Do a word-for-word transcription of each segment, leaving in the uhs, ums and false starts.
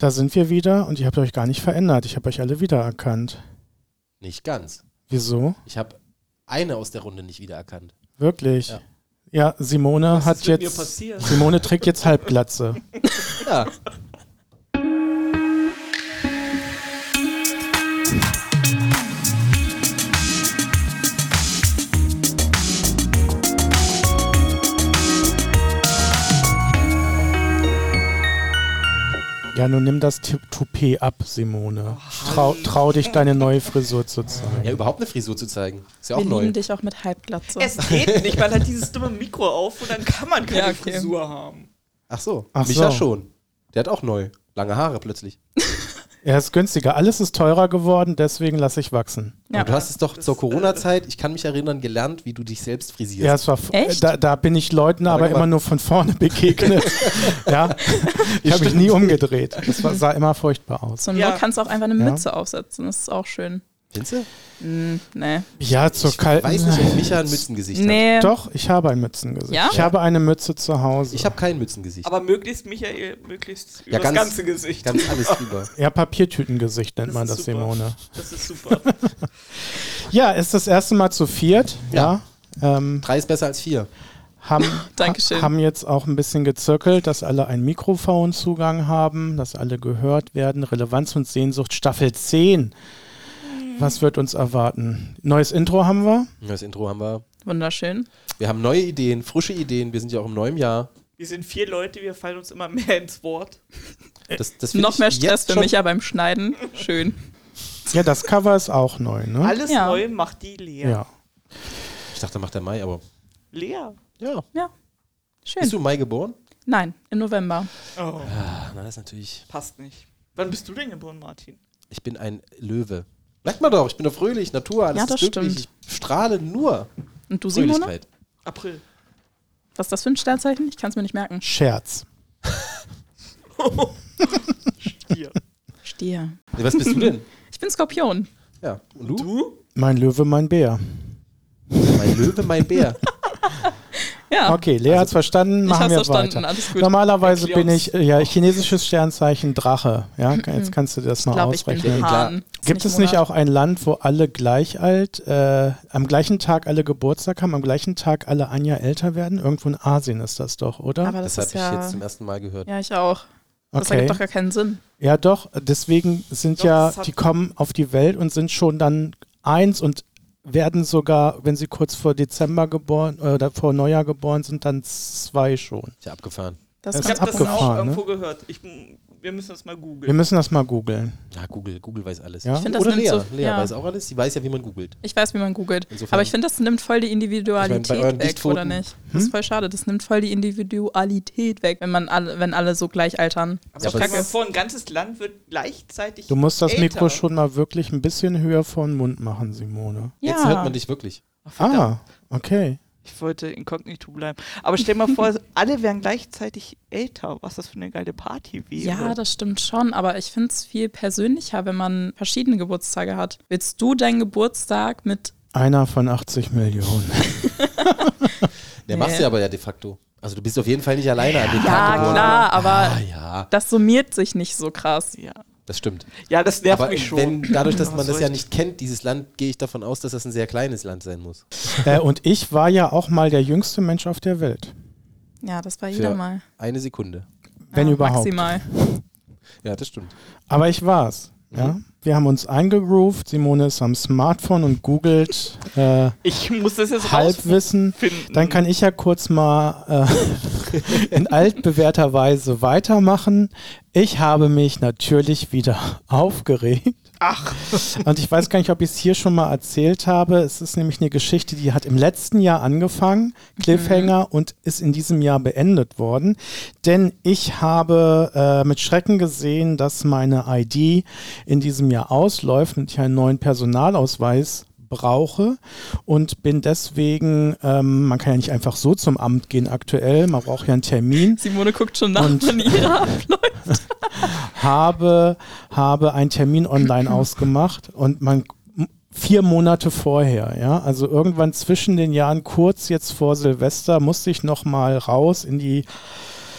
Da sind wir wieder und ihr habt euch gar nicht verändert. Ich habe euch alle wiedererkannt. Nicht ganz. Wieso? Ich habe eine aus der Runde nicht wiedererkannt. Wirklich? Ja, ja Simone Was hat ist mit mir jetzt. passiert? Simone trägt jetzt Halbglatze. Ja. Ja, nun nimm das T- Toupet ab, Simone. Trau, trau dich, deine neue Frisur zu zeigen. Ja, überhaupt eine Frisur zu zeigen. Ist ja auch Wir neu. lieben dich auch mit Halbglatze. Es geht nicht, man hat dieses dumme Mikro auf und dann kann man keine Ja, okay. Frisur haben. Ach so, Ach Micha so. schon. Der hat auch neu. Lange Haare plötzlich. Er ist günstiger. Alles ist teurer geworden, deswegen lasse ich wachsen. Ja. Aber du hast es doch Das, zur Corona-Zeit, ich kann mich erinnern, gelernt, wie du dich selbst frisierst. Ja, es war, f- Echt? Da, da bin ich Leuten aber gemacht. immer nur von vorne begegnet. Ja, ich habe mich nie umgedreht. Das war, sah immer furchtbar aus. Zur Not Ja. kannst du auch einfach eine Ja. Mütze aufsetzen, das ist auch schön. Findest du? Hm, nee. Ja, zur Ich kalten. weiß nicht, ob Micha ein Mützengesicht hat. Nee. Doch, ich habe ein Mützengesicht. Ja? Ich habe eine Mütze zu Hause. Ich habe kein Mützengesicht. Aber möglichst, Michael, möglichst über Ja, das ganz- ganze Gesicht. Ganz alles drüber. ja, Papiertütengesicht nennt Das man ist das, super. Simone. Das ist super. Ja, ist das erste Mal zu viert. Ja. Ähm, Drei ist besser als vier. haben, Dankeschön. haben jetzt auch ein bisschen gezirkelt, dass alle einen Mikrofonzugang haben, dass alle gehört werden. Relevanz und Sehnsucht Staffel zehn. Was wird uns erwarten? Neues Intro haben wir. Das Intro haben wir. Wunderschön. Wir haben neue Ideen, frische Ideen. Wir sind ja auch im neuen Jahr. Wir sind vier Leute, wir fallen uns immer mehr ins Wort. Das, das find Noch ich mehr Stress jetzt für schon- mich ja beim Schneiden. Schön. Ja, das Cover ist auch neu, ne? Alles Ja. neu macht die Lea. Ja. Ich dachte, macht der Mai, aber Lea. ja. Ja. Schön. Bist du im Mai geboren? Nein, im November. Oh, Ah, na, das ist natürlich. passt nicht. Wann bist du denn geboren, Martin? Ich bin ein Löwe. Merkt man doch, ich bin doch fröhlich, Natur, alles Ja, das ist glücklich. stimmt. Ich strahle nur Und du, Simone? Fröhlichkeit. April. Was ist das für ein Sternzeichen? Ich kann es mir nicht merken. Scherz. Stier. Stier. Nee, was bist du denn? Ich bin Skorpion. Ja. Und du? Du? Mein Löwe, mein Bär. Mein Löwe, mein Bär. Ja. Okay, Lea hat's verstanden, ich machen hab's wir verstanden. weiter. Alles gut. Normalerweise bin Erklär's. ich, äh, ja, chinesisches Sternzeichen Drache. Ja, jetzt kannst du das ich mal glaube, ich bin ausrechnen. klar. Hahn. Ist Gibt es nicht Monat. auch ein Land, wo alle gleich alt, äh, am gleichen Tag alle Geburtstag haben, am gleichen Tag alle ein Jahr älter werden? Irgendwo in Asien ist das doch, oder? Aber das, Das ist habe ich ja. jetzt zum ersten Mal gehört. Ja, ich auch. Das okay. ergibt doch gar keinen Sinn. Ja, doch. Deswegen sind Doch, ja, das hat- die kommen auf die Welt und sind schon dann eins und werden sogar, wenn sie kurz vor Dezember geboren oder vor Neujahr geboren sind, dann zwei schon. Ist ja abgefahren. Das Das Ich ist habe das auch abgefahren, ne? irgendwo gehört. Ich, wir müssen das mal Wir googeln. müssen das mal googeln. Ja, Google. Google weiß alles. Ja? Ich finde, das Oder nimmt Lea. so. Lea ja. weiß auch alles. Sie weiß ja, wie man googelt. Ich weiß, wie man googelt. Insofern- Aber ich finde, das nimmt voll die Individualität Ich meine, bei euren weg, Dichtpfoten- oder nicht? Das ist voll schade. Das nimmt voll die Individualität weg, wenn man alle, wenn alle so gleich altern. Aber Ja, stell aber dir mal es- vor, ein ganzes Land wird gleichzeitig Du musst das älter. Mikro schon mal wirklich ein bisschen höher vor den Mund machen, Simone. Ja. Jetzt hört man dich wirklich. Ach, verdammt. Ah, okay. Ich wollte inkognito bleiben. Aber stell dir mal vor, alle wären gleichzeitig älter. Was das für eine geile Party wäre. Ja, das stimmt schon, aber ich finde es viel persönlicher, wenn man verschiedene Geburtstage hat. Willst du deinen Geburtstag mit. Einer von achtzig Millionen. Der Nee. machst du aber ja de facto. Also du bist auf jeden Fall nicht alleine an dem Tag Ja, geboren. klar, aber Ah, ja, das summiert sich nicht so krass. Ja, das stimmt. ja das nervt Aber mich schon. wenn, dadurch, dass Da man hast das du ja recht. nicht kennt, dieses Land, gehe ich davon aus, dass das ein sehr kleines Land sein muss. äh, und ich war ja auch mal der jüngste Mensch auf der Welt. Ja, das war jeder Für mal. eine Sekunde. Wenn ja, überhaupt. Maximal. Ja, das stimmt. Aber ich war's. Ja? Wir haben uns eingegroovt. Simone ist am Smartphone und googelt äh, Ich muss das jetzt Halbwissen. rausfinden. Dann kann ich ja kurz mal äh, in altbewährter Weise weitermachen. Ich habe mich natürlich wieder aufgeregt. Ach, Und ich weiß gar nicht, ob ich es hier schon mal erzählt habe. Es ist nämlich eine Geschichte, die hat im letzten Jahr angefangen, Cliffhanger, und ist in diesem Jahr beendet worden. Denn ich habe äh, mit Schrecken gesehen, dass meine I D in diesem Jahr ausläuft und ich einen neuen Personalausweis brauche und bin deswegen, ähm, man kann ja nicht einfach so zum Amt gehen aktuell, man braucht ja einen Termin. Simone guckt schon nach, Und- wann ihre abläuft. habe, habe einen Termin online ausgemacht und man vier Monate vorher, ja, also irgendwann zwischen den Jahren, kurz jetzt vor Silvester, musste ich noch mal raus in die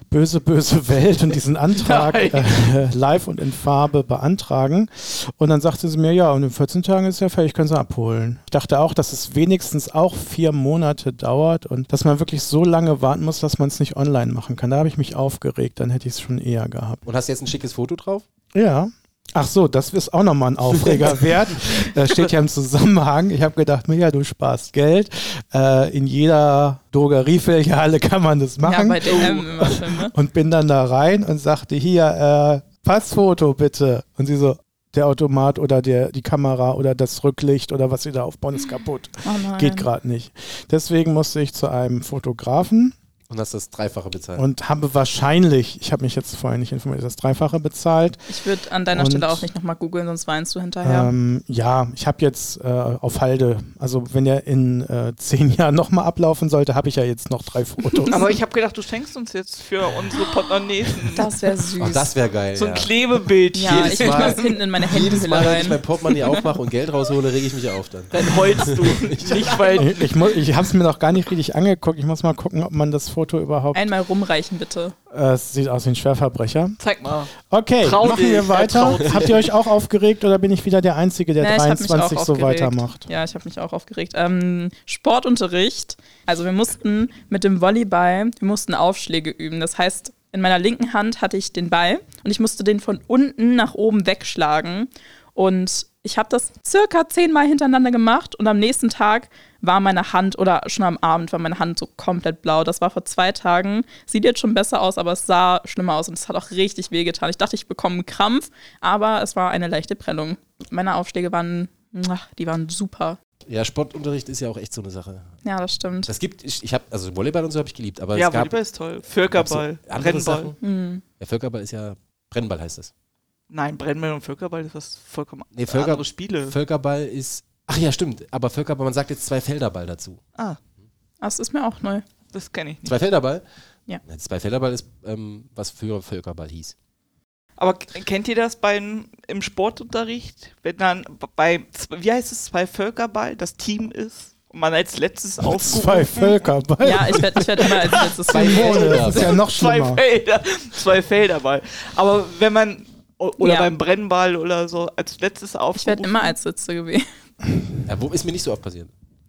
böse, böse Welt und diesen Antrag äh, live und in Farbe beantragen. Und dann sagte sie mir, ja, und in vierzehn Tagen ist ja fertig, können Sie abholen. Ich dachte auch, dass es wenigstens auch vier Monate dauert und dass man wirklich so lange warten muss, dass man es nicht online machen kann. Da habe ich mich aufgeregt, dann hätte ich es schon eher gehabt. Und hast du jetzt ein schickes Foto drauf? Ja. Ach so, das ist auch nochmal ein Aufreger wert. Das steht ja im Zusammenhang. Ich habe gedacht, Micha, du sparst Geld. Äh, in jeder Drogeriefiliale kann man das machen. Ja, bei D M immer schön, ne? Und bin dann da rein und sagte, hier, äh, Passfoto bitte. Und sie so, der Automat oder der, die Kamera oder das Rücklicht oder was sie da aufbauen, ist kaputt. Oh nein. Geht gerade nicht. Deswegen musste ich zu einem Fotografen. Und hast das Dreifache bezahlt. Und habe wahrscheinlich, ich habe mich jetzt vorher nicht informiert, das Dreifache bezahlt. Ich würde an deiner Und, Stelle auch nicht nochmal googeln, sonst weinst du hinterher. Ähm, ja, ich habe jetzt äh, auf Halde, also wenn der in äh, zehn Jahren nochmal ablaufen sollte, habe ich ja jetzt noch drei Fotos. Aber ich habe gedacht, du schenkst uns jetzt für unsere Portemonnaies Das wäre süß. Oh, das wäre geil. so ein ja. Klebebildchen. ja, jedes ich Mal- mache hinten in meine Jedes Handyhülle Mal, wenn ich rein. mein Portemonnaie aufmache und Geld raushole, rege ich mich auf dann. Dann heulst du. Nicht, weil ich ich, mu- ich habe es mir noch gar nicht richtig angeguckt. Ich muss mal gucken, ob man das Foto überhaupt. Einmal rumreichen, bitte. Äh, es sieht aus wie ein Schwerverbrecher. Zeig mal. Okay, Trau machen dich, wir er weiter. traut sich. Habt ihr euch auch aufgeregt oder bin ich wieder der Einzige, der Nee, ich hab mich dreiundzwanzig auch so aufgeregt. weitermacht? Ja, ich habe mich auch aufgeregt. Ähm, Sportunterricht. Also wir mussten mit dem Volleyball, wir mussten Aufschläge üben. Das heißt, in meiner linken Hand hatte ich den Ball und ich musste den von unten nach oben wegschlagen. Und ich habe das circa zehnmal hintereinander gemacht und am nächsten Tag war meine Hand, oder schon am Abend war meine Hand so komplett blau. Das war vor zwei Tagen. Sieht jetzt schon besser aus, aber es sah schlimmer aus und es hat auch richtig wehgetan. Ich dachte, ich bekomme einen Krampf, aber es war eine leichte Prellung. Meine Aufschläge waren, ach, die waren super. Ja, Sportunterricht ist ja auch echt so eine Sache. Ja, das stimmt. Das gibt, ich, ich habe, also Volleyball und so habe ich geliebt, aber Ja, es gab Volleyball ist toll. Völkerball, so andere Brennball. Sachen. Hm. Ja, Völkerball ist ja, Brennball heißt das. Nein, Brennball und Völkerball ist was vollkommen Nee, Völker- andere Spiele. Völkerball ist, ach ja, stimmt, aber Völkerball, man sagt jetzt Zwei-Felderball dazu. ah, Das ist mir auch neu. das kenne ich nicht. Zwei-Felderball? Ja. Zwei-Felderball ist, ähm, was früher Völkerball hieß. Aber k- kennt ihr das beim, im Sportunterricht, wenn dann bei, wie heißt es, zwei Völkerball, das Team ist und man als letztes aufgerufen Zwei Völkerball. Ja, ich werde ich werd immer als letztes Zwei Simone, das ist ja noch Zwei schlimmer. Felder, zwei Felderball. Aber wenn man, o- oder Ja. beim Brennball oder so, als letztes aufgerufen. Ich werde immer als Letzte gewählt. Ja, wo ist mir nicht so oft passiert.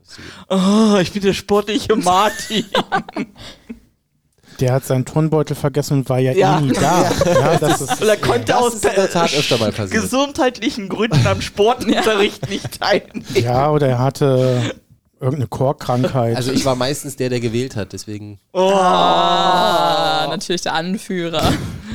Oh, ich bin der sportliche Martin. Der hat seinen Turnbeutel vergessen und war ja, Ja. eh nie da. Ja, das ist, Und er konnte Das aus ist in der Tat öfter mal passiert. gesundheitlichen Gründen am Sportunterricht nicht teilnehmen. ja, oder er hatte irgendeine Chorkrankheit. Also ich war meistens der, der gewählt hat, deswegen. Oh. Ah, natürlich der Anführer.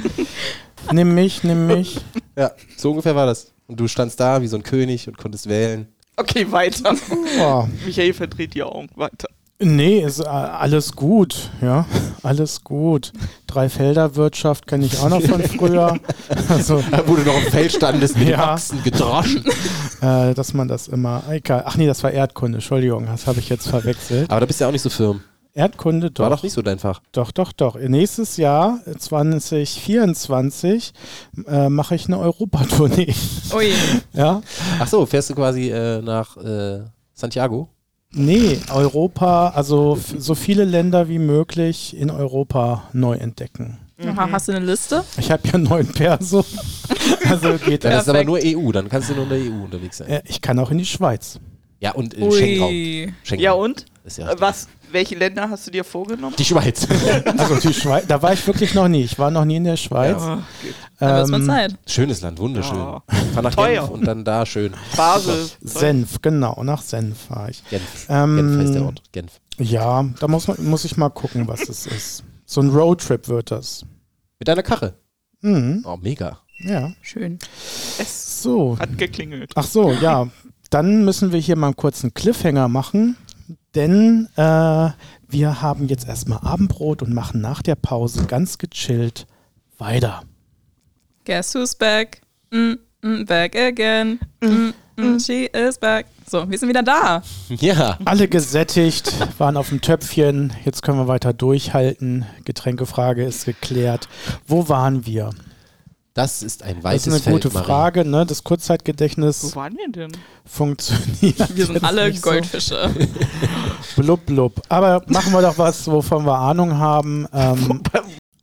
nimm mich, nimm mich. Ja, so ungefähr war das. Und du standst da wie so ein König und konntest wählen. Okay, weiter. Oh. Michael verdreht die Augen. Weiter. Nee, ist äh, alles gut, ja, alles gut. Dreifelderwirtschaft kenne ich auch noch von früher. Also, Wo du noch im Feld standest mit Ja. den Achsen gedroschen. äh, dass man das immer, egal. Ach nee, das war Erdkunde, Entschuldigung, das habe ich jetzt verwechselt. Aber da bist du ja auch nicht so firm. Erdkunde, War doch. doch nicht so dein Fach. Doch, doch, doch. Nächstes Jahr, zwanzig vierundzwanzig, äh, mache ich eine Europatournee. Ui. Ja? Ach so, fährst du quasi äh, nach äh, Santiago? Nee, Europa, also f- so viele Länder wie möglich in Europa neu entdecken. Aha, hast du eine Liste? Ich habe ja einen neuen Perso. Also geht Dann das. ist aber Perfekt. nur E U, dann kannst du nur in der E U unterwegs sein. Äh, ich kann auch in die Schweiz. Ja, und in Schengen-Raum. Ui. Schengen Ja und? Ist ja Äh, Was, welche Länder hast du dir vorgenommen? die Schweiz. Also die Schweiz, da war ich wirklich noch nie. Ich war noch nie in der Schweiz. Ja. Da wird's mal Ähm, Zeit. Schönes Land, wunderschön. Ja. Fahr nach Teuer. Genf und dann da schön. Basel. Senf, genau, nach Senf fahre ich. Genf. Ähm, Genf heißt der Ort. Genf. Ja, da muss, man, muss ich mal gucken, was es ist. So ein Roadtrip wird das. Mit deiner Karre. Mhm, Oh, mega. ja. Schön. Es So. hat geklingelt. Ach so, ja. Dann müssen wir hier mal einen kurzen Cliffhanger machen, denn äh, wir haben jetzt erstmal Abendbrot und machen nach der Pause ganz gechillt weiter. Guess who's back? Mm, mm, back again. Mm, mm, she is back. So, wir sind wieder da. Ja. Alle gesättigt, waren auf dem Töpfchen. Jetzt können wir weiter durchhalten. Getränkefrage ist geklärt. Wo waren wir? Das ist ein Das weites ist eine Feld, gute Marie. Frage. Ne? Das Wo Kurzzeitgedächtnis waren wir denn? funktioniert. Wir sind jetzt alle nicht so. Goldfische. Blub, blub. Aber machen wir doch was, wovon wir Ahnung haben. Ähm,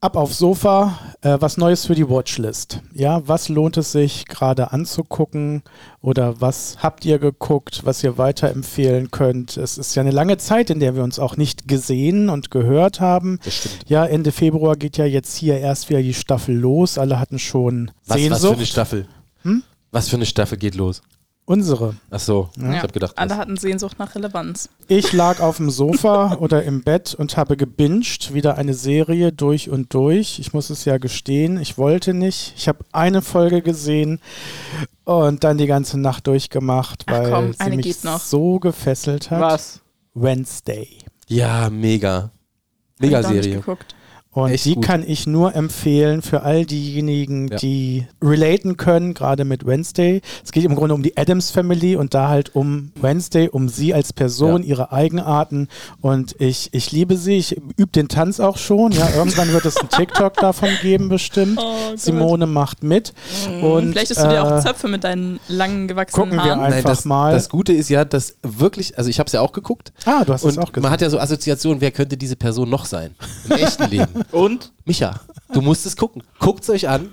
Ab aufs Sofa, äh, was Neues für die Watchlist. Ja, was lohnt es sich gerade anzugucken oder was habt ihr geguckt, was ihr weiterempfehlen könnt? Es ist ja eine lange Zeit, in der wir uns auch nicht gesehen und gehört haben. Das stimmt. Ja, Ende Februar geht ja jetzt hier erst wieder die Staffel los. Alle hatten schon Was, Sehnsucht. was für eine Staffel? Hm? Was für eine Staffel geht los? Unsere. Ach so, Ja. ich habe gedacht. Alle was. hatten Sehnsucht nach Relevanz. Ich lag auf dem Sofa oder im Bett und habe gebinged, wieder eine Serie durch und durch. Ich muss es ja gestehen, ich wollte nicht. Ich habe eine Folge gesehen und dann die ganze Nacht durchgemacht, Ach weil komm, sie eine mich geht noch. so gefesselt hat. Was? Wednesday. Ja, mega. Hab ich noch nicht Mega-Serie. geguckt. Und Echt die gut. kann ich nur empfehlen für all diejenigen, Ja. die relaten können, gerade mit Wednesday. Es geht im Grunde um die Addams Family und da halt um Wednesday, um sie als Person, Ja. ihre Eigenarten. Und ich, ich liebe sie. Ich übe den Tanz auch schon. Ja, irgendwann wird es einen TikTok davon geben, bestimmt. Oh Gott. Simone macht mit. Und Flechtest du dir auch äh, Zöpfe mit deinen langen gewachsenen gucken wir Haaren? ein. Nein, Einfach das, mal. das Gute ist ja, dass wirklich, also ich habe es ja auch geguckt. Ah, du hast es Und auch gesehen. man hat ja so Assoziationen, wer könnte diese Person noch sein? Im echten Leben. Und? Micha, du musst es gucken. Guckt's euch an.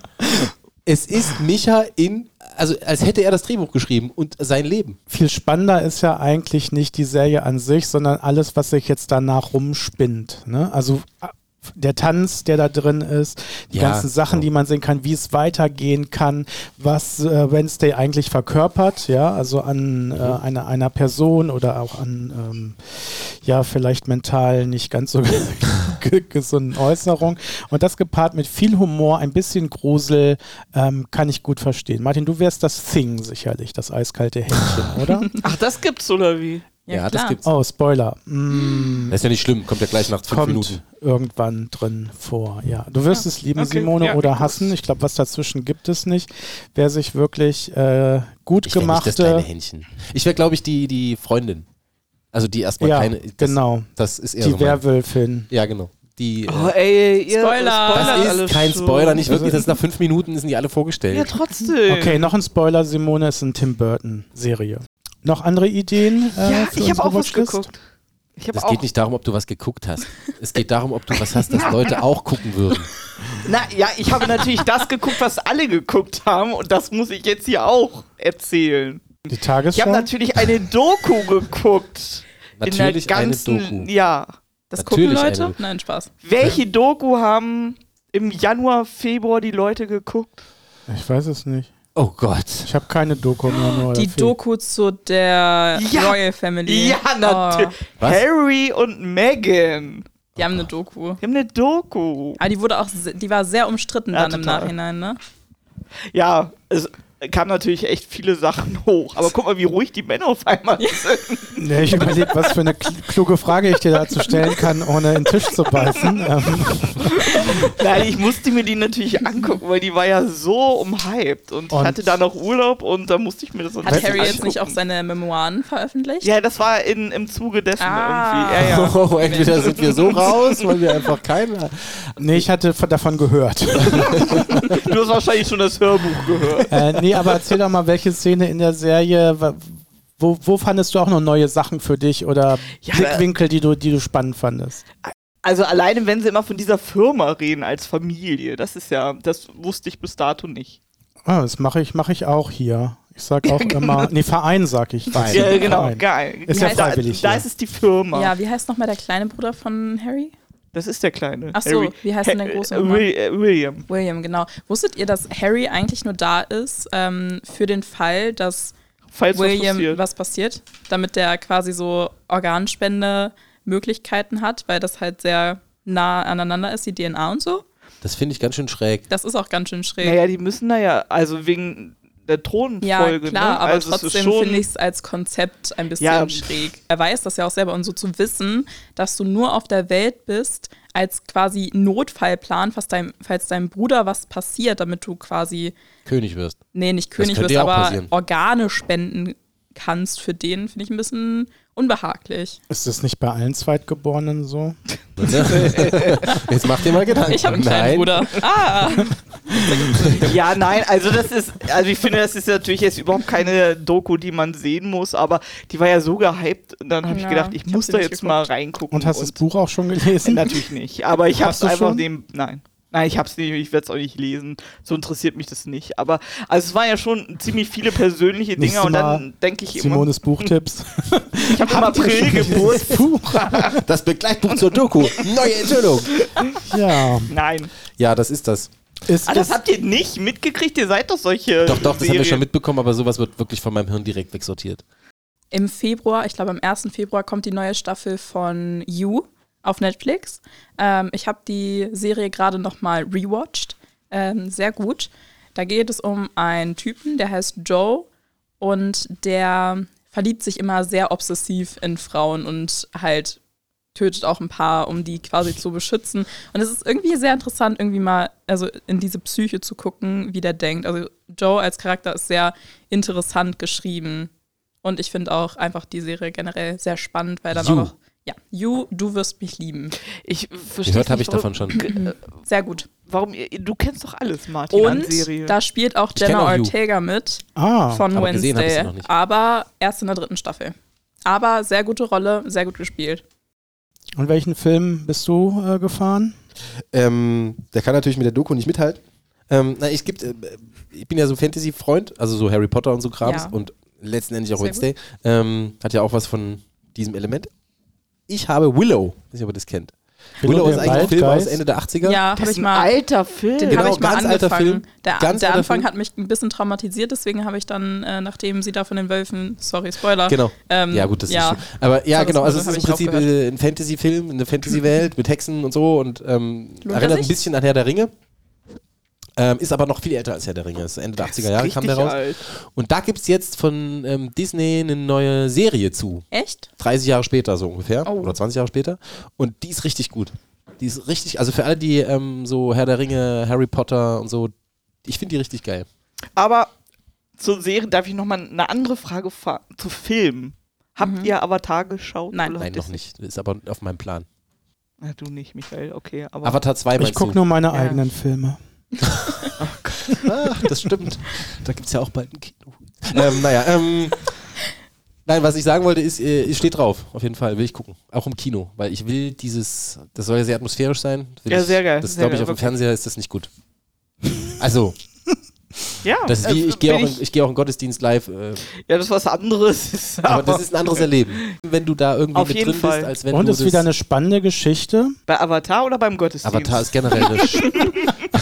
Es ist Micha in, also als hätte er das Drehbuch geschrieben und sein Leben. Viel spannender ist ja eigentlich nicht die Serie an sich, sondern alles, was sich jetzt danach rumspinnt. Ne? Also a- der Tanz, der da drin ist, die Ja, ganzen Sachen, so. die man sehen kann, wie es weitergehen kann, was äh, Wednesday eigentlich verkörpert, ja, also an äh, einer, einer Person oder auch an, ähm, ja, vielleicht mental nicht ganz so ge- gesunden Äußerungen. Und das gepaart mit viel Humor, ein bisschen Grusel, ähm, kann ich gut verstehen. Martin, du wärst das Thing sicherlich, das eiskalte Händchen, oder? Ach, das gibt's oder wie? Ja, das klar. gibt's. Oh, Spoiler. Mm, Das ist ja nicht schlimm, kommt ja gleich nach fünf kommt Minuten. irgendwann drin vor. Ja, du wirst es lieben, okay, Simone, ja, oder gut. hassen. Ich glaube, was dazwischen gibt es nicht. Wer sich wirklich äh, gut Ich wäre nicht das kleine gemachte. Händchen. Ich wäre, glaube ich, die, die Freundin. Also die erstmal Ja, keine. Das, genau. Das ist eher Die so mein- Werwölfin. Ja, genau. Die, äh, Oh, ey, ihr Spoiler. das spoilert ist alles kein schon. Spoiler, nicht wirklich. Das ist nach fünf Minuten sind die alle vorgestellt. Ja, trotzdem. Okay, noch ein Spoiler, Simone, ist eine Tim Burton-Serie. Noch andere Ideen? Äh, Ja, für ich habe unsere auch was Watchlist? geguckt. Ich habe Es auch. geht nicht darum, ob du was geguckt hast. Es geht darum, ob du was hast, das Leute auch gucken würden. Na ja, ich habe natürlich das geguckt, was alle geguckt haben und das muss ich jetzt hier auch erzählen. Die Ich Tagesschau? habe natürlich eine Doku geguckt. Natürlich in der ganzen, eine Doku. Ja. Das Natürlich gucken Leute? eine. Nein, Spaß. Welche Doku haben im Januar, Februar die Leute geguckt? Ich weiß es nicht. Oh Gott. Ich habe keine Doku mehr. Nur Die dafür. Doku zu der Ja. Royal Family. Ja, natürlich. Oh, Was? Harry und Meghan. die haben eine Doku. Die haben eine Doku. Aber die wurde auch, se- die war sehr umstritten Ja, dann im total. Nachhinein, ne? Ja, es kamen natürlich echt viele Sachen hoch. Aber guck mal, wie ruhig die Männer auf einmal sind. Ja, ich überlege, was für eine kl- kluge Frage ich dir dazu stellen kann, ohne in den Tisch zu beißen. Ähm, Nein, ich musste mir die natürlich angucken, weil die war ja so umhyped. Und, Und- ich hatte da noch Urlaub und da musste ich mir das Hat natürlich Harry jetzt angucken. nicht auch seine Memoiren veröffentlicht? Ja, das war in, im Zuge dessen Ah. irgendwie. Ja, ja. Oh, entweder sind wir so raus, weil wir einfach keine. nee, ich hatte von- davon gehört. Du hast wahrscheinlich schon das Hörbuch gehört. äh, nee, aber erzähl doch mal, welche Szene in der Serie, wa- wo, wo fandest du auch noch neue Sachen für dich oder Ja, Blickwinkel, die du, die du spannend fandest? Also alleine, wenn sie immer von dieser Firma reden als Familie, das ist ja, das wusste ich bis dato nicht. Ah, das mache ich, mach ich auch hier. Ich sag auch immer, nee, Verein sag ich. Verein. Ja, genau, Verein. geil. Ist ja da, freiwillig, Da ja. ist es die Firma. Ja, wie heißt nochmal der kleine Bruder von Harry? Das ist der Kleine. Ach so, wie heißt denn der große Ha- äh, nochmal? Will, äh, William. William, genau. Wusstet ihr, dass Harry eigentlich nur da ist ähm, für den Fall, dass Falls William was passiert. was passiert, damit der quasi so Organspende-Möglichkeiten hat, weil das halt sehr nah aneinander ist, die D N A und so. Das finde ich ganz schön schräg. Das ist auch ganz schön schräg. Naja, die müssen da ja, also wegen der Thronfolge. Ja, klar, ne? aber also es ist trotzdem schon- finde ich es als Konzept ein bisschen Ja. schräg. Er weiß das ja auch selber und so zu wissen, dass du nur auf der Welt bist, als quasi Notfallplan, falls deinem, falls deinem Bruder was passiert, damit du quasi, König wirst. nee, nicht König könnte wirst, ja auch aber passieren. Organe spenden kannst für den, finde ich ein bisschen unbehaglich. Ist das nicht bei allen Zweitgeborenen so? Jetzt mach dir mal Gedanken. Ich habe einen kleinen Nein. Bruder. Ah! Ja, nein, also das ist, also ich finde, das ist natürlich jetzt überhaupt keine Doku, die man sehen muss, aber die war ja so gehypt und dann habe ich Ja, gedacht, ich, ich hab muss sie da nicht jetzt geguckt. mal reingucken. Und hast das Buch auch schon gelesen? Natürlich nicht, aber ich habe es Hast du einfach schon? dem, nein. Nein, ich hab's nicht, ich werde es auch nicht lesen. So interessiert mich das nicht. Aber also es waren ja schon ziemlich viele persönliche Dinge Nächstes und Mal dann denke ich immer. Simones Buchtipps. Ich habe im April Geburtstag. Das Begleitbuch zur Doku. Neue Enthüllung. Ja. Nein. Ja, das ist das. Ist Ah, das das habt ihr nicht mitgekriegt? Ihr seid doch solche. Doch, doch, das Serien. haben wir schon mitbekommen, aber sowas wird wirklich von meinem Hirn direkt wegsortiert. Im Februar, ich glaube am ersten Februar, kommt die neue Staffel von You auf Netflix. Ähm, ich habe die Serie gerade nochmal rewatcht. Ähm, sehr gut. Da geht es um einen Typen, der heißt Joe und der verliebt sich immer sehr obsessiv in Frauen und halt tötet auch ein paar, um die quasi zu beschützen. Und es ist irgendwie sehr interessant, irgendwie mal also in diese Psyche zu gucken, wie der denkt. Also Joe als Charakter ist sehr interessant geschrieben. Und ich finde auch einfach die Serie generell sehr spannend, weil dann You. auch noch, ja, You, du wirst mich lieben. Ich verstehe Gehört habe ich warum- davon schon. G- äh, Sehr gut. Warum, ihr- du kennst doch alles, Martin, an Und Serien. da spielt auch Ich kenn Jenna auch You. Ortega mit Ah, von aber gesehen hab ich sie Wednesday. noch nicht. Aber erst in der dritten Staffel. Aber sehr gute Rolle, sehr gut gespielt. und welchen Film bist du äh, gefahren? Ähm, der kann natürlich mit der Doku nicht mithalten. Ähm, na, ich, gibt, äh, ich bin ja so Fantasy-Freund, also so Harry Potter und so Krams Ja. und letzten Endes auch Sehr Wednesday. Ähm, hat ja auch was von diesem Element. Ich habe Willow, weiß nicht, ob ihr das kennt. Willow, der ist eigentlich ein Film Waldgeist? aus Ende der achtziger. Ja, das habe ist ich ein mal. alter Film. Den Genau, habe ich mal ganz alter angefangen. Film. Der, Ganz der alter Anfang Film. hat mich ein bisschen traumatisiert, deswegen habe ich dann, äh, nachdem sie da von den Wölfen, sorry, Spoiler. Genau. Ähm, Ja, gut, das ja. ist schön. Aber ja, Sorry, genau, also Spoiler, es ist im hab ich Prinzip äh, ein Fantasy-Film, eine Fantasy-Welt mit Hexen und so und ähm, Lohnt er erinnert sich? ein bisschen an Herr der Ringe. Ähm, ist aber noch viel älter als Herr der Ringe. Das ist Ende der achtziger Jahre kam der Richtig raus. alt. Und da gibt es jetzt von ähm, Disney eine neue Serie zu. Echt? dreißig Jahre später so ungefähr. Oh. Oder zwanzig Jahre später. Und die ist richtig gut. Die ist richtig, also für alle, die ähm, so Herr der Ringe, Harry Potter und so, ich finde die richtig geil. Aber zur Serie darf ich nochmal eine andere Frage fra- zu Filmen. Habt Mhm. ihr Avatar geschaut? Nein. Oder Nein, habt noch ihr's- nicht. Ist aber auf meinem Plan. Na, du nicht, Michael, okay. Aber Avatar zwei Ich meinst gucke du? nur meine Ja. eigenen Filme. Ah, das stimmt. Da gibt es ja auch bald ein Kino. ähm, naja, ähm, nein, was ich sagen wollte, ist, äh, es steht drauf, auf jeden Fall, will ich gucken. Auch im Kino, weil ich will dieses, das soll ja sehr atmosphärisch sein. Will Ja, ich, sehr geil, Das sehr glaube ich, geil, auf dem wirklich. Fernseher ist das nicht gut. Also, ja, das ist wie, äh, ich gehe auch, bin in- ich gehe auch in Gottesdienst live, äh, ja, das ist was anderes. aber das ist ein anderes Erleben. Wenn du da irgendwie Auf mit jeden drin Fall. bist, als wenn Und du ist wieder das eine spannende Geschichte. Bei Avatar oder beim Gottesdienst? Avatar ist generell eine Sch-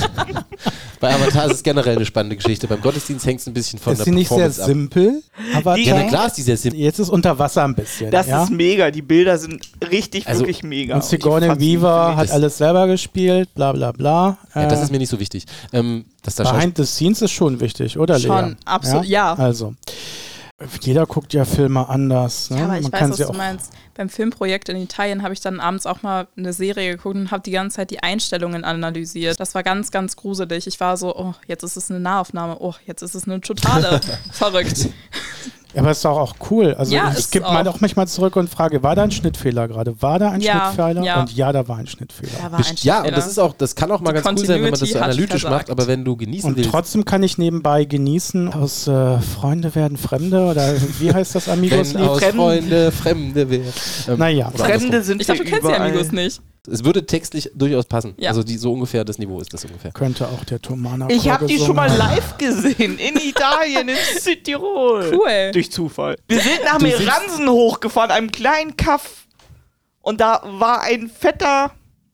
Bei Avatar ist es generell eine spannende Geschichte. Beim Gottesdienst hängt es ein bisschen von Ist der sie nicht sehr Performance ab. simpel? Avatar? Ja, na klar ist die sehr simpel. Jetzt ist unter Wasser ein bisschen. Das ja? ist mega. Die Bilder sind richtig, Also- wirklich mega. Und Sigourney ich fand's Weaver wirklich- hat alles selber gespielt, bla bla bla. Ja, das Äh, ist mir nicht so wichtig. Ähm, dass da Schauspiel- Behind the Scenes ist schon wichtig, oder Lea? Schon, absolut, ja. Also, jeder guckt ja Filme anders. Ne? Ja, aber ich Man weiß, kann was sie du auch meinst. Beim Filmprojekt in Italien habe ich dann abends auch mal eine Serie geguckt und habe die ganze Zeit die Einstellungen analysiert. Das war ganz, ganz gruselig. Ich war so, oh, jetzt ist es eine Nahaufnahme. Oh, jetzt ist es eine totale. Verrückt. Ja, aber ist doch auch cool. Also Ja, ich ist gebe auch. mal auch manchmal zurück und frage, war da ein Schnittfehler gerade? War da ein Ja, Schnittfehler? ja. Und ja, da war ein Schnittfehler. Da war ein Best- ja, und das Schnittfehler. ist auch, das kann auch mal Die ganz cool sein, wenn man das so Continuity hat analytisch versagt. macht, aber wenn du genießen Und willst. trotzdem kann ich nebenbei genießen aus äh, Freunde werden Fremde oder wie heißt das Amigos wenn Lied? aus Fremden- Freunde Fremde werden. Ähm, Naja. oder Fremde andersrum. sind Ich dachte, du hier kennst die überall. Amigos nicht. Es würde textlich durchaus passen. Ja. Also die, so ungefähr das Niveau ist das ungefähr. Könnte auch der Tomana Ich habe die schon mal gesungen haben. live gesehen. In Italien, in Südtirol. Cool. Durch Zufall. Wir sind nach Du siehst- Meransen hochgefahren, einem kleinen Kaff. Und da war ein fetter...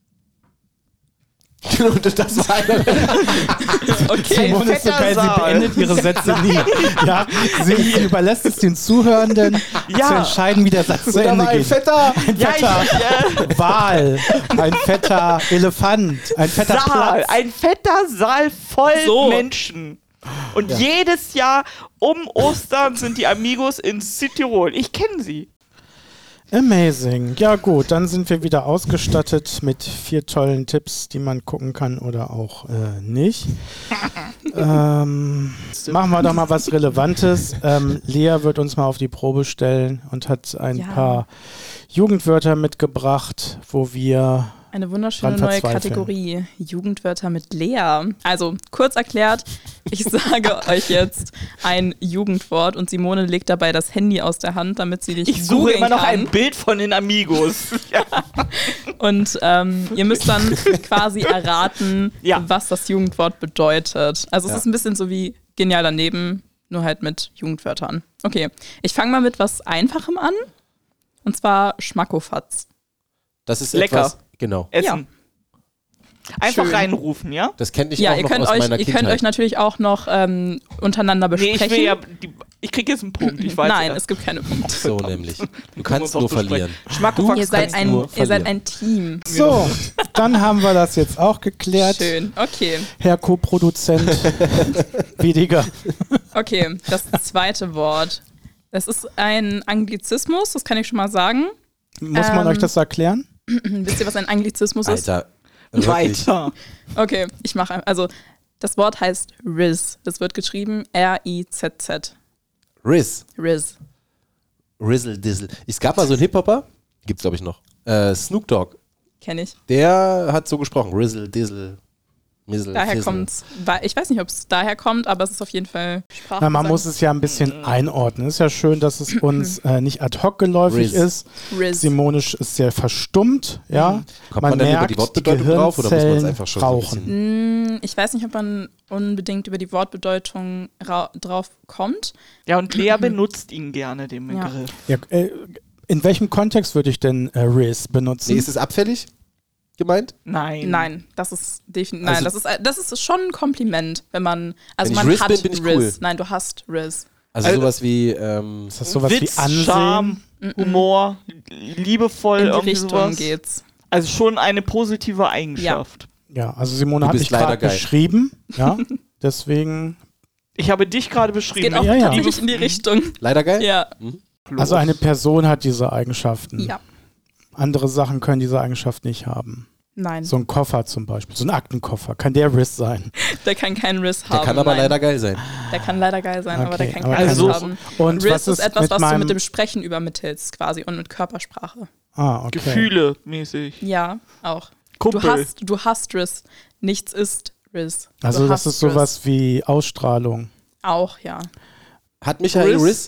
Und das war einer. Okay. Simone ist so fetter geil, sie Saal. beendet ihre Sätze nie. Ja, sie, sie überlässt es den Zuhörenden Ja. zu entscheiden, wie der Satz zu Da Ende war ein geht. fetter. Ein Ja, fetter ich, äh, Wal, ein fetter Elefant, ein fetter Saal, Platz. ein fetter Saal voll So. Menschen. Und jedes Jahr um Ostern sind die Amigos in Südtirol. Ich kenne sie. Amazing. Ja gut, dann sind wir wieder ausgestattet mit vier tollen Tipps, die man gucken kann oder auch äh, nicht. ähm, machen wir doch mal was Relevantes. Ähm, Lea wird uns mal auf die Probe stellen und hat ein Ja. paar Jugendwörter mitgebracht, wo wir Eine wunderschöne Dran neue verzweifeln. Kategorie. Jugendwörter mit Lea. Also, kurz erklärt, ich sage euch jetzt ein Jugendwort und Simone legt dabei das Handy aus der Hand, damit sie dich Ich suche googeln immer noch kann. ein Bild von den Amigos. Ja. Und ähm, ihr müsst dann quasi erraten, Ja. was das Jugendwort bedeutet. Also, es Ja. ist ein bisschen so wie genial daneben, nur halt mit Jugendwörtern. Okay, ich fange mal mit was Einfachem an. Und zwar Schmackofatz. Das ist Lecker. etwas, genau. Essen. Einfach Schön. reinrufen, ja? Das kenne ich Ja, auch ihr noch könnt, aus euch, meiner ihr Kindheit. könnt euch natürlich auch noch ähm, untereinander Nee, besprechen. ich will ja, die, ich krieg jetzt einen Punkt. Ich weiß Nein, ja. es gibt keine Punkte. So nämlich. Du uns kannst auch nur besprechen. verlieren. Schmackofatz Ihr seid, kannst ein, nur ihr seid verlieren. ein Team. So, dann haben wir das jetzt auch geklärt. Schön, okay. Herr Co-Produzent Wediger. Okay, das zweite Wort. Das ist ein Anglizismus, das kann ich schon mal sagen. Muss man Ähm, euch das erklären? Wisst ihr, was ein Anglizismus ist? Alter. Wirklich. Weiter. Okay, ich mache. Also, das Wort heißt Riz. Das wird geschrieben R I Z Z. Riz. Riz. Rizzle Dizzle. Es gab mal so einen Hip-Hopper, gibt's glaube ich noch. Äh, Snoop Dogg. Kenne ich. Der hat so gesprochen. Rizzle Dizzle. Mizzle, Daher Fizzle. kommt's. Ich weiß nicht, ob es daher kommt, aber es ist auf jeden Fall Sprache. Na, man muss es ja ein bisschen einordnen. Ist ja schön, dass es uns äh, nicht ad hoc geläufig Riz. ist. Riz. Simonisch ist sehr verstummt, ja. Kommt man, dann über die Wortbedeutung drauf oder muss man es einfach schon so ein rauchen? bisschen- Mm, Ich weiß nicht, ob man unbedingt über die Wortbedeutung ra- drauf kommt. Ja, und Lea benutzt ihn gerne, den Ja. Begriff. Ja, äh, in welchem Kontext würde ich denn äh, Riz benutzen? Nee, ist es abfällig gemeint? Nein. Nein, das ist definitiv. Nein, Also- das ist das ist schon ein Kompliment, wenn man. Also Wenn ich man Riz hat bin, bin ich Riz. cool. Nein, du hast Riz. Also, Also- sowas wie, ähm, ist das sowas Witz, wie Ansehen? Charme, Humor, liebevoll, In die irgendwie Richtung sowas. geht's. Also schon eine positive Eigenschaft. Ja, also Simone Du hat bist mich leider gerade geil. beschrieben, ja. Deswegen, Ich habe dich gerade Es beschrieben. geht auch Ja, ja. tatsächlich in die Richtung. leider geil? Ja. also eine Person hat diese Eigenschaften. Ja. Andere Sachen können diese Eigenschaft nicht haben. Nein, So ein Koffer zum Beispiel, so ein Aktenkoffer, kann der Riz sein. der kann keinen Riz haben. Der kann aber nein. leider geil sein. Der kann leider geil sein, aber der Okay, kann aber keinen also- Riz haben. Und Riz was ist ist etwas, mit was meinem, du mit dem Sprechen übermittelst quasi und mit Körpersprache. ah, okay. Gefühle mäßig. Ja, auch. Kumpel. Du hast, du hast Riz. Nichts ist Riz. Du Also das hast ist sowas Riz. wie Ausstrahlung. Auch, ja. Hat Michael Riz? Riz?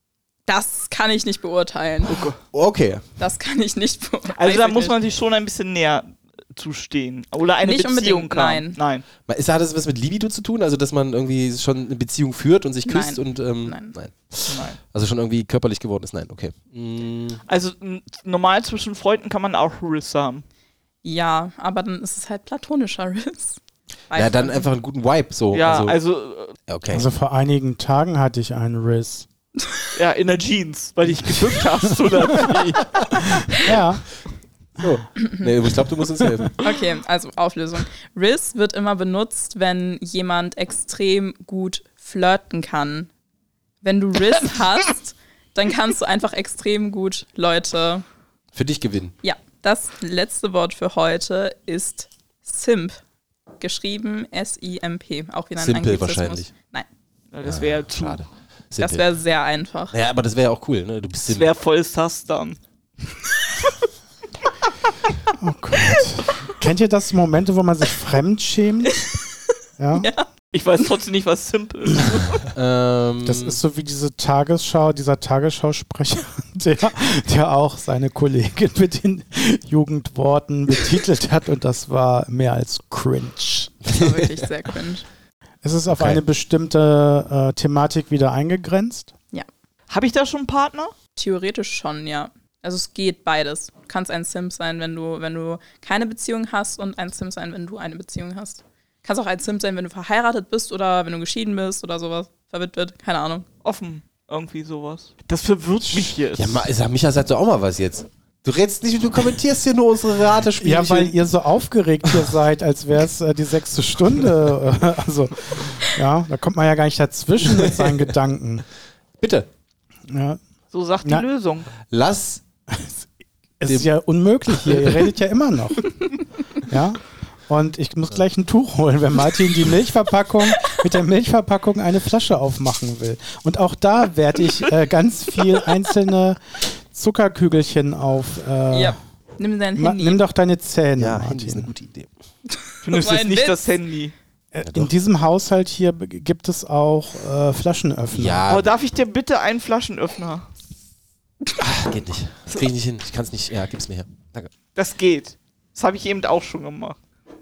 Das kann ich nicht beurteilen. Okay. Das kann ich nicht beurteilen. Also da Weiß ich muss nicht. man sich schon ein bisschen näher zustehen. Oder eine Nicht Beziehung unbedingt, kann. nein. Nein. Ist, hat das was mit Libido zu tun? Also, dass man irgendwie schon eine Beziehung führt und sich küsst Nein. und, ähm, Nein. Nein. Also schon irgendwie körperlich geworden ist? Nein, okay. Mm, Also n- normal zwischen Freunden kann man auch Riss haben. Ja, aber dann ist es halt platonischer Riz. ja, dann einfach einen guten Vibe, so. Ja, also, also, äh, ja, okay. Also vor einigen Tagen hatte ich einen Riz. ja, in der Jeans, weil ich gebückt hast, oder wie? Ja, so. Nee, ich glaube, du musst uns helfen. Okay, also Auflösung. Riz wird immer benutzt, wenn jemand extrem gut flirten kann. Wenn du Riz hast, dann kannst du einfach extrem gut Leute. Für dich gewinnen. Ja, das letzte Wort für heute ist Simp. Geschrieben S I M P. Auch wieder ein Simpel Anglizismus. wahrscheinlich. Nein, Ja, das wäre zu. Schade. das Simpel. wäre sehr einfach. Ja, aber das wäre ja auch cool, ne? Du bist Das simpel. wäre voll Sass dann. oh Gott. Kennt ihr das Momente, wo man sich fremd schämt? Ja. Ich weiß trotzdem nicht, was Simp ist. Ähm, Das ist so wie diese Tagesschau, dieser Tagesschausprecher, der, der auch seine Kollegin mit den Jugendworten betitelt hat und das war mehr als cringe. Das war wirklich sehr cringe. Ist es auf Okay. eine bestimmte äh, Thematik wieder eingegrenzt? Habe ich da schon einen Partner? Theoretisch schon, ja. Also es geht beides. Du kannst ein Simp sein, wenn du, wenn du keine Beziehung hast und ein Simp sein, wenn du eine Beziehung hast. Kannst auch ein Simp sein, wenn du verheiratet bist oder wenn du geschieden bist oder sowas. Verwitwet, keine Ahnung. Offen. Irgendwie sowas. Das verwirrt mich jetzt. ja, Ma- sag, Micha, sag doch auch mal was jetzt. Du redest nicht, du kommentierst hier nur unsere Ratespielchen. Ja, weil ihr so aufgeregt hier seid, als wäre es äh, die sechste Stunde. Äh, also, ja, da kommt man ja gar nicht dazwischen mit seinen Gedanken. Bitte, Ja. So sagt die Na. Lösung. lass. Es ist ja unmöglich hier, ihr redet ja immer noch. Ja? Und ich muss gleich ein Tuch holen, wenn Martin die Milchverpackung mit der Milchverpackung eine Flasche aufmachen will. Und auch da werde ich äh, ganz viel einzelne Zuckerkügelchen auf äh, Ja. Nimm dein Ma, Handy. nimm doch deine Zähne, Ja, Handy ist eine Martin. gute Idee. Du nimmst jetzt Mein nicht Witz. das Handy. Äh, Ja, In doch. diesem Haushalt hier be- gibt es auch äh, Flaschenöffner. Ja, Oh, darf ich dir bitte einen Flaschenöffner? ach, geht nicht. Das krieg ich nicht hin. Ich kann es nicht. Ja, gib's mir her. Danke. Das geht. Das habe ich eben auch schon gemacht.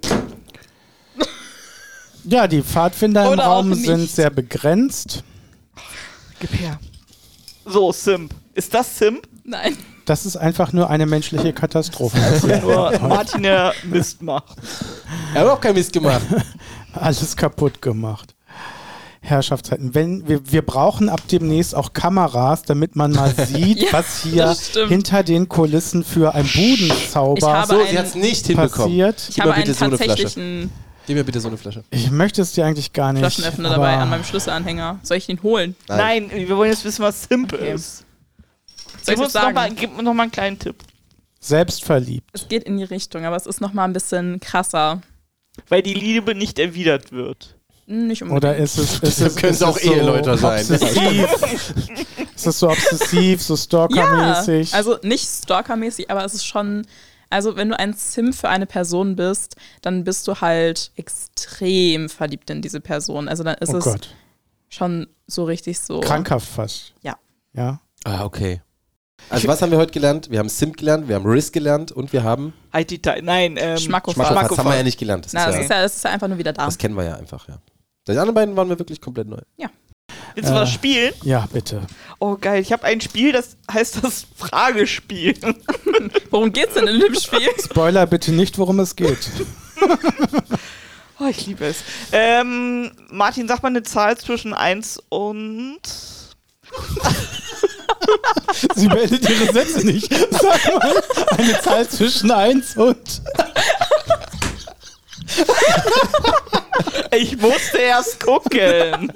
Ja, die Pfadfinder im Oder auch Raum nicht. sind sehr begrenzt. Gib her. So, Simp. Ist das Simp? Nein. Das ist einfach nur eine menschliche Katastrophe. Nur Martin, der Mist macht. Er hat auch keinen Mist gemacht. Alles kaputt gemacht. Herrschaftszeiten. Wenn, wir, wir brauchen ab demnächst auch Kameras, damit man mal sieht, Ja, was hier das stimmt. hinter den Kulissen für ein Ich Budenzauber habe So, ein- sie hat es nicht hinbekommen. passiert. Ich Gib habe mir bitte einen so eine Flasche. tatsächlichen Gib mir bitte so eine Flasche. Ich möchte es dir eigentlich gar nicht. Flaschenöffner aber dabei an meinem Schlüsselanhänger. Soll ich den holen? Nein, wir wollen jetzt wissen, was Simp Okay. ist. Soll Gib ich uns das noch mal, sagen? gib mir noch mal einen kleinen Tipp. Selbstverliebt. Es geht in die Richtung, aber es ist noch mal ein bisschen krasser. Weil die Liebe nicht erwidert wird. Hm, Nicht unbedingt. Oder ist es, ist es, Können ist es auch es so Eheleute sein. Obsessiv? Ist es so obsessiv, so Ja, stalkermäßig? also nicht stalkermäßig, aber es ist schon, also wenn du ein Sim für eine Person bist, dann bist du halt extrem verliebt in diese Person. Also dann ist oh es Gott. schon so richtig so. Krankhaft fast. Ja. Ja. Ah, okay. Also was haben wir heute gelernt? Wir haben Simp gelernt, wir haben Risk gelernt und wir haben Haitita, nein, ähm, Schmackofatz. Schmackofatz. Das haben wir ja nicht gelernt. Das, Na, ist das, ja, ist ja, das ist ja einfach nur wieder da. das kennen wir ja einfach, ja. Die anderen beiden waren wir wirklich komplett neu. Willst du was Äh. spielen? Ja, bitte. Oh, geil. Ich habe ein Spiel, das heißt das Fragespiel. Worum geht's denn in dem Spiel? Spoiler bitte nicht, worum es geht. Oh, ich liebe es. Ähm, Martin, sag mal eine Zahl zwischen eins und... Sie meldet ihre Sätze nicht. Sag mal, eine Zahl zwischen eins und... Ich musste erst gucken.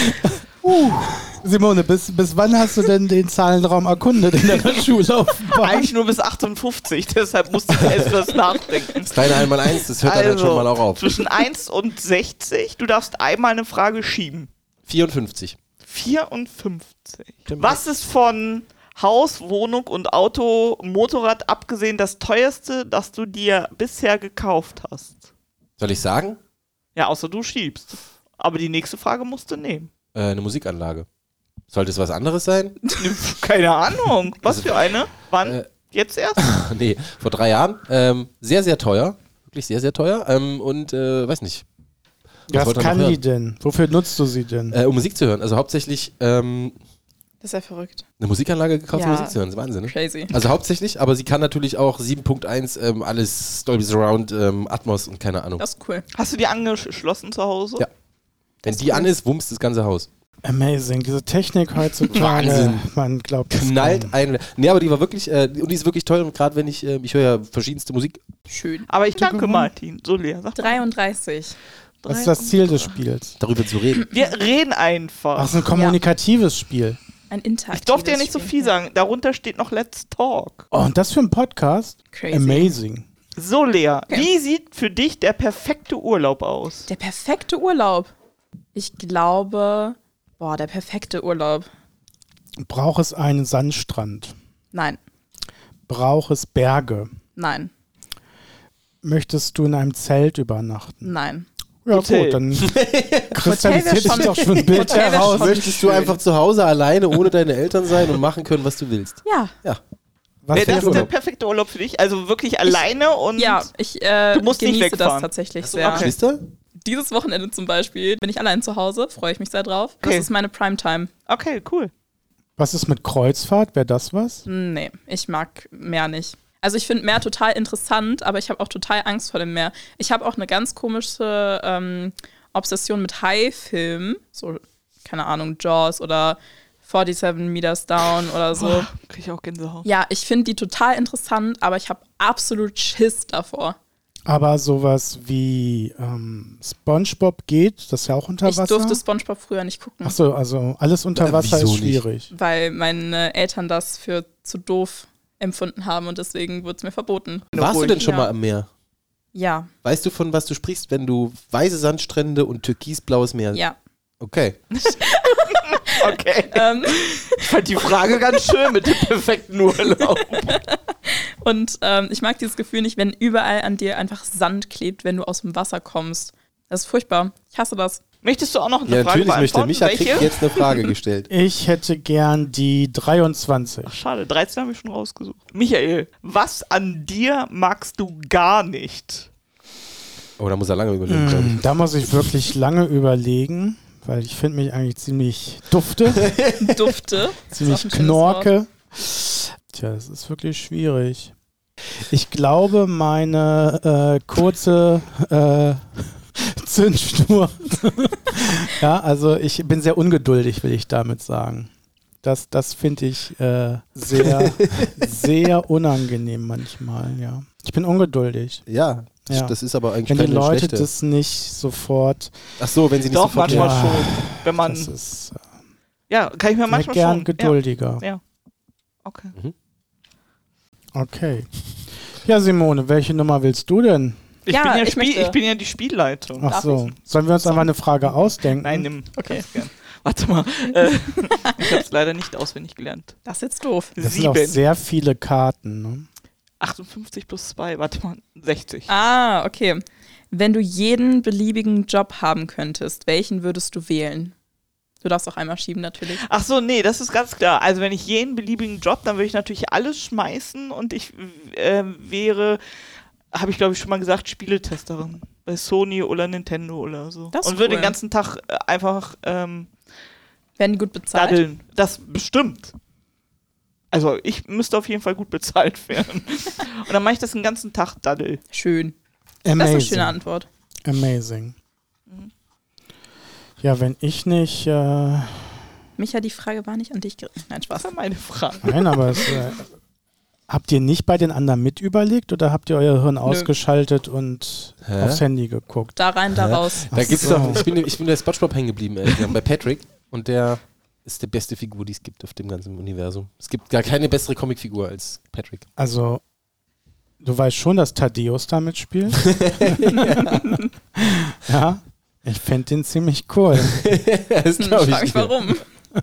Simone, bis, bis wann hast du denn den Zahlenraum erkundet in deiner Schullaufbahn? Eigentlich nur bis achtundfünfzig, deshalb musste ich erst was nachdenken. Das kleine einmal eins, das hört dann schon mal auch auf. Zwischen eins und sechzig, du darfst einmal eine Frage schieben. vierundfünfzig. vierundfünfzig. Was ist von Haus, Wohnung und Auto, Motorrad abgesehen das teuerste, das du dir bisher gekauft hast? Soll ich sagen? Ja, außer du schiebst. Aber die nächste Frage musst du nehmen. Äh, eine Musikanlage. Sollte es was anderes sein? Keine Ahnung. Was für eine? Wann? Äh, Jetzt erst? nee, vor drei Jahren. Ähm, sehr, sehr teuer. Wirklich sehr, sehr teuer. Ähm, und äh, weiß nicht. Was wollt ihr kann noch die hören? denn? Wofür nutzt du sie denn? Äh, um Musik zu hören. Also hauptsächlich ähm, Das ist ja verrückt. eine Musikanlage gekauft, um Ja. Musik zu hören. Das ist Wahnsinn, ne? Crazy. Also hauptsächlich, aber sie kann natürlich auch sieben Punkt eins, ähm, alles Dolby Surround, ähm, Atmos und keine Ahnung. Das ist cool. Hast du die angeschlossen zu Hause? Ja. Wenn die an ist, wumms das ganze Haus. Amazing, diese Technik heutzutage. Wahnsinn. Man glaubt es Knallt kaum. ein. Nee, aber die war wirklich, äh, und die ist wirklich toll. Und gerade wenn ich, äh, ich höre ja verschiedenste Musik. Schön. Aber ich danke gewonnen? Martin. So, Lea, sag mal. dreiunddreißig. Was ist das Ziel des Spiels? Darüber zu reden. Wir reden einfach. Ach, es ist ein kommunikatives Spiel. Ein interaktives Ich durfte ja nicht so Spiel. viel sagen. Darunter steht noch Let's Talk. Oh, und das für ein Podcast? Crazy. Amazing. So, Lea, wie sieht für dich der perfekte Urlaub aus? Der perfekte Urlaub. Ich glaube, boah, der perfekte Urlaub. Braucht es einen Sandstrand? Nein, Braucht es Berge? nein, Möchtest du in einem Zelt übernachten? nein. Ja Hotel. gut, dann kristallisiert sich schon- doch schon ein Bild Hotel wär heraus. schon- Möchtest du einfach zu Hause alleine ohne deine Eltern sein und machen können, was du willst? Ja, Ja. Was Wäre das wäre- der perfekte Urlaub für dich? Also wirklich alleine und... ja, ich äh, Du musst nicht genieße das wegfahren. tatsächlich Hast du sehr. auch Geschwister? Dieses Wochenende zum Beispiel bin ich allein zu Hause, freue ich mich sehr drauf. Okay. Das ist meine Primetime. Okay, cool. Was ist mit Kreuzfahrt? Wäre das was? Nee, ich mag Meer nicht. Also ich finde Meer total interessant, aber ich habe auch total Angst vor dem Meer. Ich habe auch eine ganz komische ähm, Obsession mit Hai-Filmen. So, keine Ahnung, Jaws oder forty-seven Meters Down oder so. Boah, krieg ich auch Gänsehaut. Ja, ich finde die total interessant, aber ich habe absolut Schiss davor. Aber sowas wie ähm, SpongeBob geht, das ist ja auch unter Ich Wasser. durfte SpongeBob früher nicht gucken, Achso, also alles unter Äh, Wasser wieso ist nicht? schwierig. weil meine Eltern das für zu doof empfunden haben und deswegen wurde es mir verboten. Warst du denn schon Ja. mal am Meer? Ja, Weißt du, von was du sprichst, wenn du weiße Sandstrände und türkisblaues Meer... ja. Okay. Okay. ähm, Ich fand die Frage ganz schön mit dem perfekten Urlaub. Und ähm, ich mag dieses Gefühl nicht, wenn überall an dir einfach Sand klebt, wenn du aus dem Wasser kommst. Das ist furchtbar. Ich hasse das. Möchtest du auch noch eine Ja, Frage natürlich möchte beantworten? Micha kriegt Welche? jetzt eine Frage gestellt. Ich hätte gern die dreiundzwanzig. Ach, schade, dreizehn habe ich schon rausgesucht. Michael, was an dir magst du gar nicht? Oh, da muss er lange überlegen, glaube Mm, da muss ich wirklich lange überlegen, weil ich finde mich eigentlich ziemlich dufte, Dufte. ziemlich Ist auch ein schönes knorke. Tja, das ist wirklich schwierig. Ich glaube, meine äh, kurze äh, Zündschnur. Ja, also ich bin sehr ungeduldig, will ich damit sagen. Das, das finde ich äh, sehr, sehr unangenehm manchmal, ja. Ich bin ungeduldig. Ja, das, Ja. das ist aber eigentlich Wenn die keine Leute schlechte. das nicht sofort. Ach so, wenn sie nicht Doch, sofort... manchmal Ja. schon. Wenn man, Das ist äh, ja, kann ich mir sehr manchmal gern schon. geduldiger. Ja. Ja. Okay. Okay. Ja, Simone, welche Nummer willst du denn? Ich, Ja, bin ja ich Spiel, möchte- ich bin ja die Spielleitung. Ach Darf so. Sollen wir uns einfach eine Frage ausdenken? Nein, nimm. Okay. Ganz gern. Warte mal. Äh, ich habe es leider nicht auswendig gelernt. Das ist jetzt doof. Das sind auch Sieben. sehr viele Karten. Ne? achtundfünfzig plus zwei, warte mal, sechzig. Ah, okay. Wenn du jeden beliebigen Job haben könntest, welchen würdest du wählen? Du darfst auch einmal schieben, natürlich. Ach so, nee, das ist ganz klar. Also wenn ich jeden beliebigen Job, dann würde ich natürlich alles schmeißen und ich äh, wäre, habe ich glaube ich schon mal gesagt, Spieletesterin. Bei Sony oder Nintendo oder so. Das ist und würde cool. den ganzen Tag äh, einfach ähm, Werden die gut bezahlt? daddeln. Das bestimmt. Also ich müsste auf jeden Fall gut bezahlt werden. Und dann mache ich das den ganzen Tag daddel. Schön. Das ist Amazing. eine schöne Antwort. Amazing. Ja, wenn ich nicht. Äh, Micha, die Frage war nicht an dich gerichtet. Nein, Spaß. Das war meine Frage. nein, aber es, äh, habt ihr nicht bei den anderen mit überlegt oder habt ihr euer Hirn ausgeschaltet und Hä? aufs Handy geguckt? Da rein, da raus. Da gibt's so. doch, ich bin, ich bin bei SpongeBob hängen geblieben, ehrlich gesagt, bei Patrick. Und der ist die beste Figur, die es gibt auf dem ganzen Universum. Es gibt gar keine bessere Comicfigur als Patrick. Also, du weißt schon, dass Thaddeus da mitspielt? Ja, ich fände den ziemlich cool. das Hm, glaub ich frage mich, dir. warum.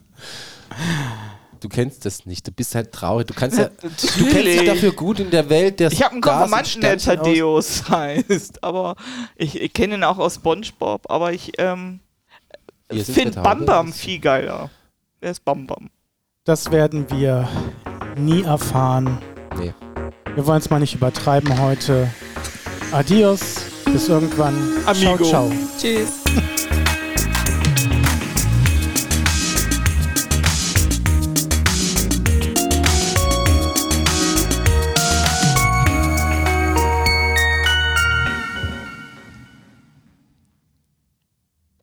Du kennst das nicht, du bist halt traurig. Du kannst ja, du kennst dich Natürlich. dafür gut in der Welt der Ich habe einen Stars und Konfirmanden, der Sternchen aus. Thaddeus heißt, aber ich, ich kenne ihn auch aus SpongeBob, aber ich ähm, Ihr sind finde der Bam Taube. Bam viel geiler. Wer ist Bam Bam? Das werden wir nie erfahren. Nee. Wir wollen es mal nicht übertreiben heute. Adios, bis irgendwann. Amigo. Ciao, ciao. Tschüss.